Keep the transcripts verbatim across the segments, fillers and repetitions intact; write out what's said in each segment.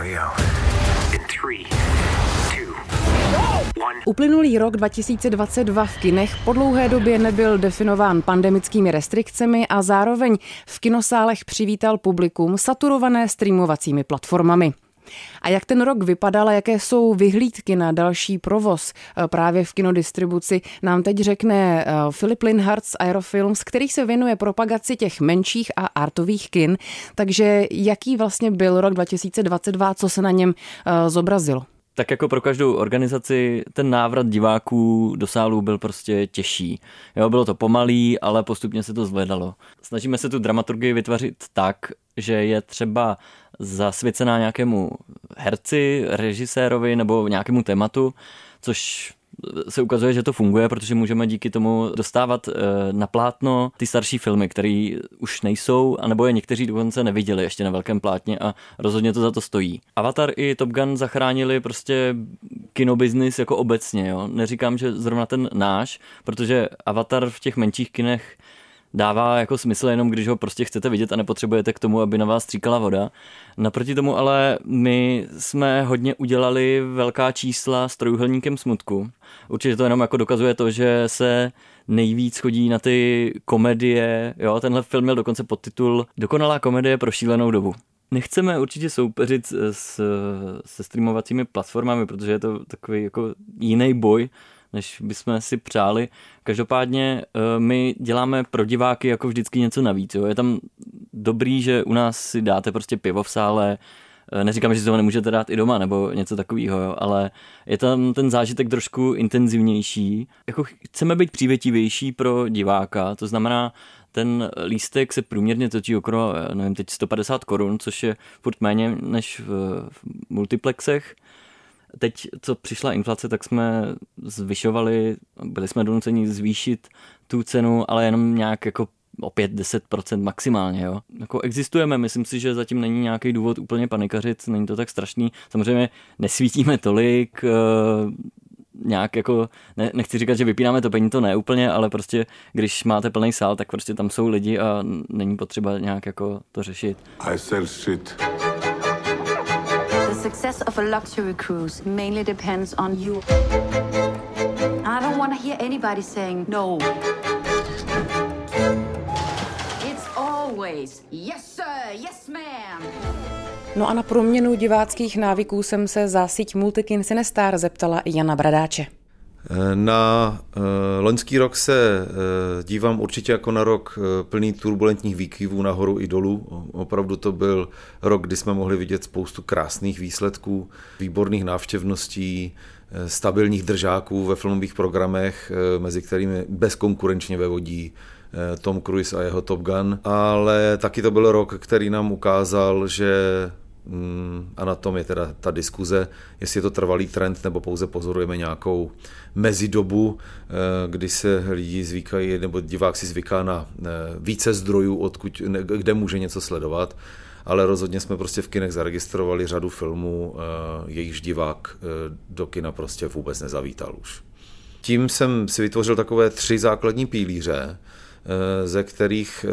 we go. In three, two, one. Uplynulý rok dva tisíce dvacet dva v kinech po dlouhé době nebyl definován pandemickými restrikcemi a zároveň v kinosálech přivítal publikum saturované streamovacími platformami. A jak ten rok vypadal a jaké jsou vyhlídky na další provoz právě v kinodistribuci, nám teď řekne Filip Linhardt z Aerofilms, který se věnuje propagaci těch menších a artových kin. Takže jaký vlastně byl rok dva tisíce dvacet dva, co se na něm zobrazilo? Tak jako pro každou organizaci ten návrat diváků do sálů byl prostě těžší. Jo, bylo to pomalý, ale postupně se to zvedalo. Snažíme se tu dramaturgii vytvořit tak, že je třeba zasvěcená nějakému herci, režisérovi nebo nějakému tématu, což se ukazuje, že to funguje, protože můžeme díky tomu dostávat na plátno ty starší filmy, které už nejsou, anebo je někteří dokonce neviděli ještě na velkém plátně a rozhodně to za to stojí. Avatar i Top Gun zachránili prostě kinobiznis jako obecně, jo. Neříkám, že zrovna ten náš, protože Avatar v těch menších kinech dává jako smysl jenom, když ho prostě chcete vidět a nepotřebujete k tomu, aby na vás stříkala voda. Naproti tomu ale my jsme hodně udělali velká čísla s Trojúhelníkem smutku. Určitě to jenom jako dokazuje to, že se nejvíc chodí na ty komedie. Jo, tenhle film měl dokonce podtitul Dokonalá komedie pro šílenou dobu. Nechceme určitě soupeřit s, se streamovacími platformami, protože je to takový jako jiný boj, než bychom si přáli. Každopádně my děláme pro diváky jako vždycky něco navíc. Jo. Je tam dobrý, že u nás si dáte prostě pivo v sále, neříkám, že si toho nemůžete dát i doma nebo něco takového, jo, ale je tam ten zážitek trošku intenzivnější. Jako chceme být přívětivější pro diváka, to znamená, ten lístek se průměrně točí okolo, nevím, teď sto padesát korun, což je furt méně než v, v multiplexech. Teď, co přišla inflace, tak jsme zvyšovali, byli jsme donuceni zvýšit tu cenu, ale jenom nějak jako o pět až deset procent maximálně. Jo. Jako existujeme, myslím si, že zatím není nějaký důvod úplně panikařit, není to tak strašný. Samozřejmě nesvítíme tolik, nějak jako, ne, nechci říkat, že vypínáme to peníze, to ne úplně, ale prostě, když máte plný sál, tak prostě tam jsou lidi a není potřeba nějak jako to řešit. I sell shit. The success of a luxury cruise mainly depends on you. I don't want to hear anybody saying no. It's always yes sir, yes ma'am. No a na proměnu diváckých návyků jsem se za síť Multikin Cinestar zeptala Jana Bradáče. Na uh, loňský rok se uh, dívám určitě jako na rok uh, plný turbulentních výkyvů nahoru i dolů. Opravdu to byl rok, kdy jsme mohli vidět spoustu krásných výsledků, výborných návštěvností, uh, stabilních držáků ve filmových programech, uh, mezi kterými bezkonkurenčně vevodí uh, Tom Cruise a jeho Top Gun. Ale taky to byl rok, který nám ukázal, že a na tom je teda ta diskuze, jestli je to trvalý trend, nebo pouze pozorujeme nějakou mezidobu, kdy se lidi zvykají, nebo divák si zvyká na více zdrojů, odkud, kde může něco sledovat, ale rozhodně jsme prostě v kinech zaregistrovali řadu filmů, jejichž divák do kina prostě vůbec nezavítal už. Tím jsem si vytvořil takové tři základní pilíře, ze kterých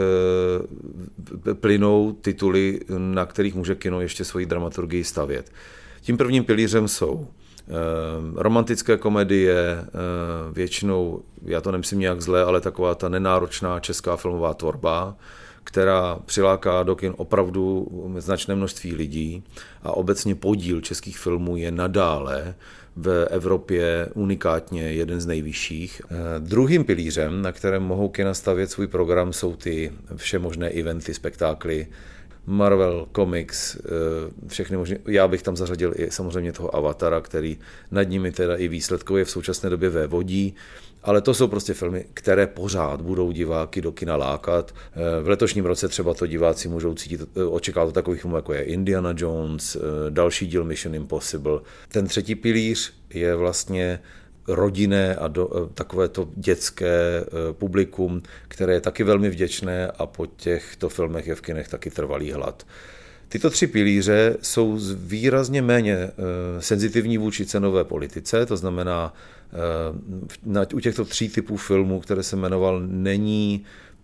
plynou tituly, na kterých může kino ještě svoji dramaturgii stavět. Tím prvním pilířem jsou romantické komedie, většinou, já to nemyslím nějak zle, ale taková ta nenáročná česká filmová tvorba, která přiláká do kin opravdu značné množství lidí a obecně podíl českých filmů je nadále v Evropě unikátně jeden z nejvyšších. Druhým pilířem, na kterém mohou kina stavět svůj program, jsou ty všemožné eventy, spektákly, Marvel, Comics, všechny možné. Já bych tam zařadil i samozřejmě toho Avatara, který nad nimi teda i výsledkově v současné době vévodí, ale to jsou prostě filmy, které pořád budou diváky do kina lákat. V letošním roce třeba to diváci můžou cítit, očekávat takových filmů, jako je Indiana Jones, další díl Mission Impossible. Ten třetí pilíř je vlastně rodinné a do, takové to dětské publikum, které je taky velmi vděčné a po těchto filmech je v kinech taky trvalý hlad. Tyto tři pilíře jsou výrazně méně senzitivní vůči cenové politice, to znamená, u těchto tří typů filmů, které jsem jmenoval, není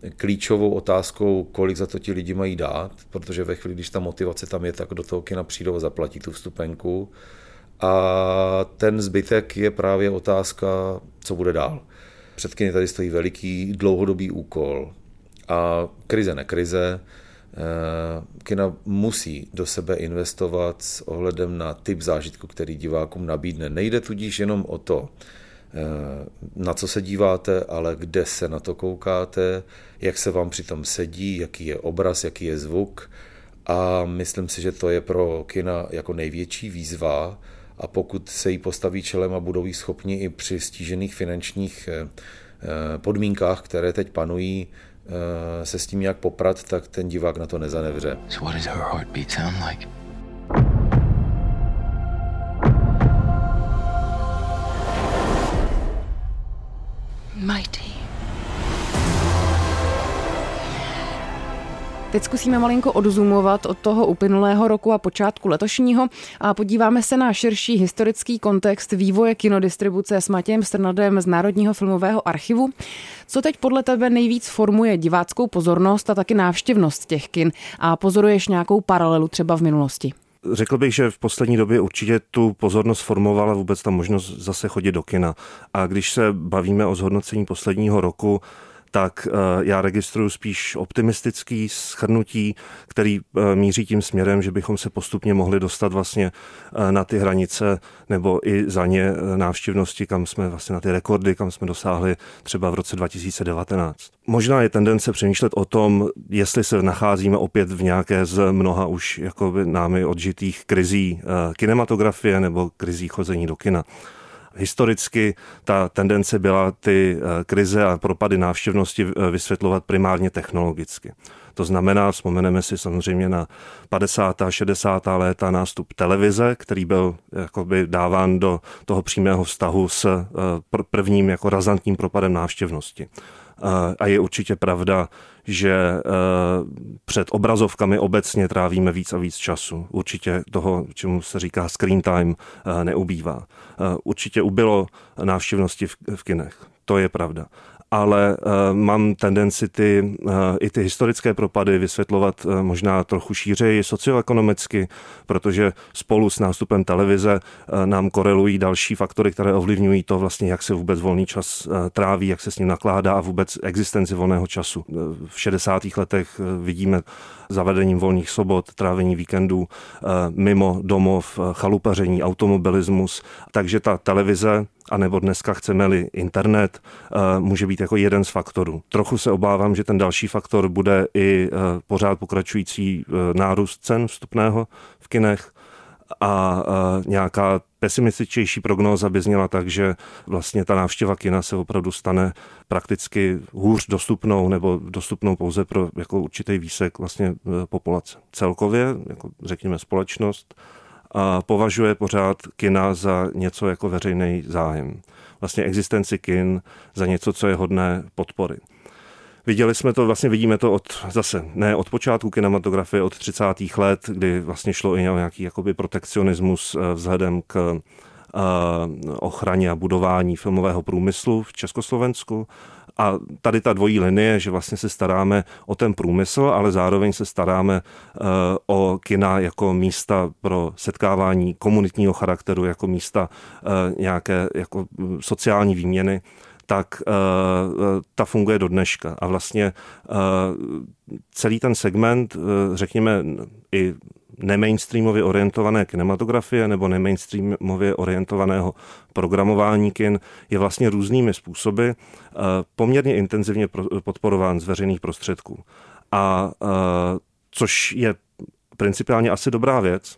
klíčovou otázkou, kolik za to ti lidi mají dát, protože ve chvíli, když ta motivace tam je, tak do toho kina přijdou a zaplatí tu vstupenku. A ten zbytek je právě otázka, co bude dál. Před kiny tady stojí veliký dlouhodobý úkol a krize nekrize. Kina musí do sebe investovat s ohledem na typ zážitku, který divákům nabídne. Nejde tudíž jenom o to, na co se díváte, ale kde se na to koukáte, jak se vám přitom sedí, jaký je obraz, jaký je zvuk. A myslím si, že to je pro kina jako největší výzva, a pokud se jí postaví čelem a budou jí schopni i při stížených finančních podmínkách, které teď panují, se s tím nějak poprat, tak ten divák na to nezanevře. So what does her heartbeat sound like? Mighty. Teď zkusíme malinko odzoomovat od toho uplynulého roku a počátku letošního a podíváme se na širší historický kontext vývoje kinodistribuce s Matějem Strnadem z Národního filmového archivu. Co teď podle tebe nejvíc formuje diváckou pozornost a taky návštěvnost těch kin? A pozoruješ nějakou paralelu třeba v minulosti? Řekl bych, že v poslední době určitě tu pozornost formovala vůbec ta možnost zase chodit do kina. A když se bavíme o zhodnocení posledního roku, tak já registruju spíš optimistický shrnutí, který míří tím směrem, že bychom se postupně mohli dostat vlastně na ty hranice nebo i za ně návštěvnosti, kam jsme vlastně na ty rekordy, kam jsme dosáhli třeba v roce dva tisíce devatenáct. Možná je tendence přemýšlet o tom, jestli se nacházíme opět v nějaké z mnoha už jakoby námi odžitých krizí kinematografie nebo krizí chození do kina. Historicky ta tendence byla ty krize a propady návštěvnosti vysvětlovat primárně technologicky. To znamená, vzpomeneme si samozřejmě na padesátá šedesátá léta nástup televize, který byl jakoby dáván do toho přímého vztahu s prvním jako razantním propadem návštěvnosti. A je určitě pravda, že před obrazovkami obecně trávíme víc a víc času. Určitě toho, čemu se říká screen time, neubývá. Určitě ubylo návštěvnosti v kinech, to je pravda. Ale uh, mám tendenci ty, uh, i ty historické propady vysvětlovat uh, možná trochu šířeji socioekonomicky, protože spolu s nástupem televize uh, nám korelují další faktory, které ovlivňují to vlastně, jak se vůbec volný čas uh, tráví, jak se s ním nakládá a vůbec existenci volného času. Uh, v šedesátých letech uh, vidíme zavedením volných sobot, trávení víkendů uh, mimo domov, uh, chalupaření, automobilismus, takže ta televize a nebo dneska chceme-li internet, může být jako jeden z faktorů. Trochu se obávám, že ten další faktor bude i pořád pokračující nárůst cen vstupného v kinech a nějaká pesimističtější prognóza by zněla tak, že vlastně ta návštěva kina se opravdu stane prakticky hůř dostupnou nebo dostupnou pouze pro jako určitý výsek vlastně populace. Celkově, jako řekněme společnost, a považuje pořád kina za něco jako veřejný zájem. Vlastně existenci kin za něco, co je hodné podpory. Viděli jsme to, vlastně vidíme to od, zase ne od počátku kinematografie, od třicátých let, kdy vlastně šlo i o nějaký jakoby protekcionismus vzhledem k ochraně a budování filmového průmyslu v Československu. A tady ta dvojí linie, že vlastně se staráme o ten průmysl, ale zároveň se staráme uh, o kina jako místa pro setkávání komunitního charakteru, jako místa uh, nějaké jako sociální výměny, tak uh, ta funguje do dneška. A vlastně uh, celý ten segment, uh, řekněme, i nemainstreamově orientované kinematografie nebo nemainstreamově orientovaného programování kin je vlastně různými způsoby poměrně intenzivně podporován z veřejných prostředků. A což je principiálně asi dobrá věc.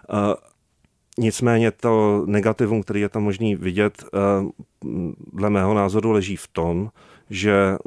Nicméně to negativum, který je tam možný vidět, dle mého názoru leží v tom, že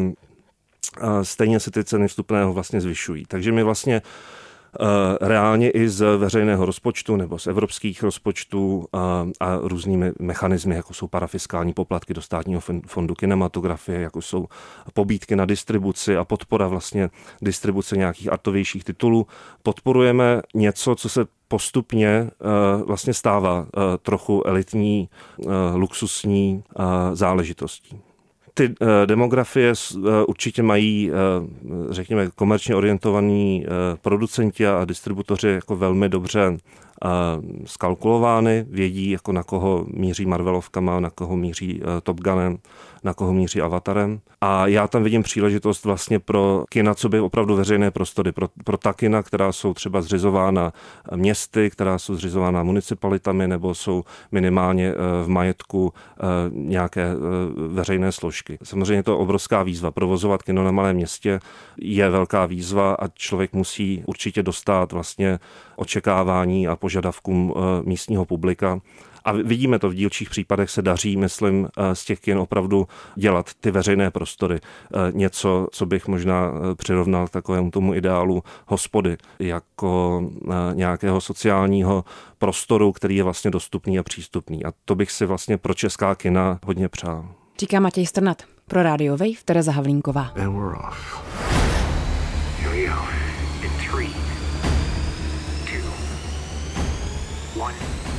stejně se ty ceny vstupného vlastně zvyšují. Takže my vlastně reálně i z veřejného rozpočtu nebo z evropských rozpočtů a, a různými mechanismy, jako jsou parafiskální poplatky do státního fondu kinematografie, jako jsou pobídky na distribuci a podpora vlastně distribuce nějakých artovějších titulů. Podporujeme něco, co se postupně uh, vlastně stává uh, trochu elitní, uh, luxusní uh, záležitostí. Ty uh, demografie uh, určitě mají, uh, řekněme, komerčně orientovaní uh, producenti a distributoři jako velmi dobře uh, skalkulovány, vědí, jako na koho míří Marvelovkama, na koho míří uh, Top Gunem, na koho míří Avatarem. A já tam vidím příležitost vlastně pro kina, co by opravdu veřejné prostory, pro, pro ta kina, která jsou třeba zřizována městy, která jsou zřizována municipalitami nebo jsou minimálně v majetku nějaké veřejné složky. Samozřejmě to je obrovská výzva. Provozovat kino na malém městě je velká výzva a člověk musí určitě dostát vlastně očekávání a požadavkům místního publika. A vidíme to v dílčích případech se daří, myslím, z těch kin opravdu dělat ty veřejné prostory. Něco, co bych možná přirovnal takovému tomu ideálu hospody, jako nějakého sociálního prostoru, který je vlastně dostupný a přístupný. A to bych si vlastně pro česká kina hodně přál. Říká Matěj Strnad. Pro Radio Wave Tereza Havlínková. And we're off. Here we go. In three, two, one.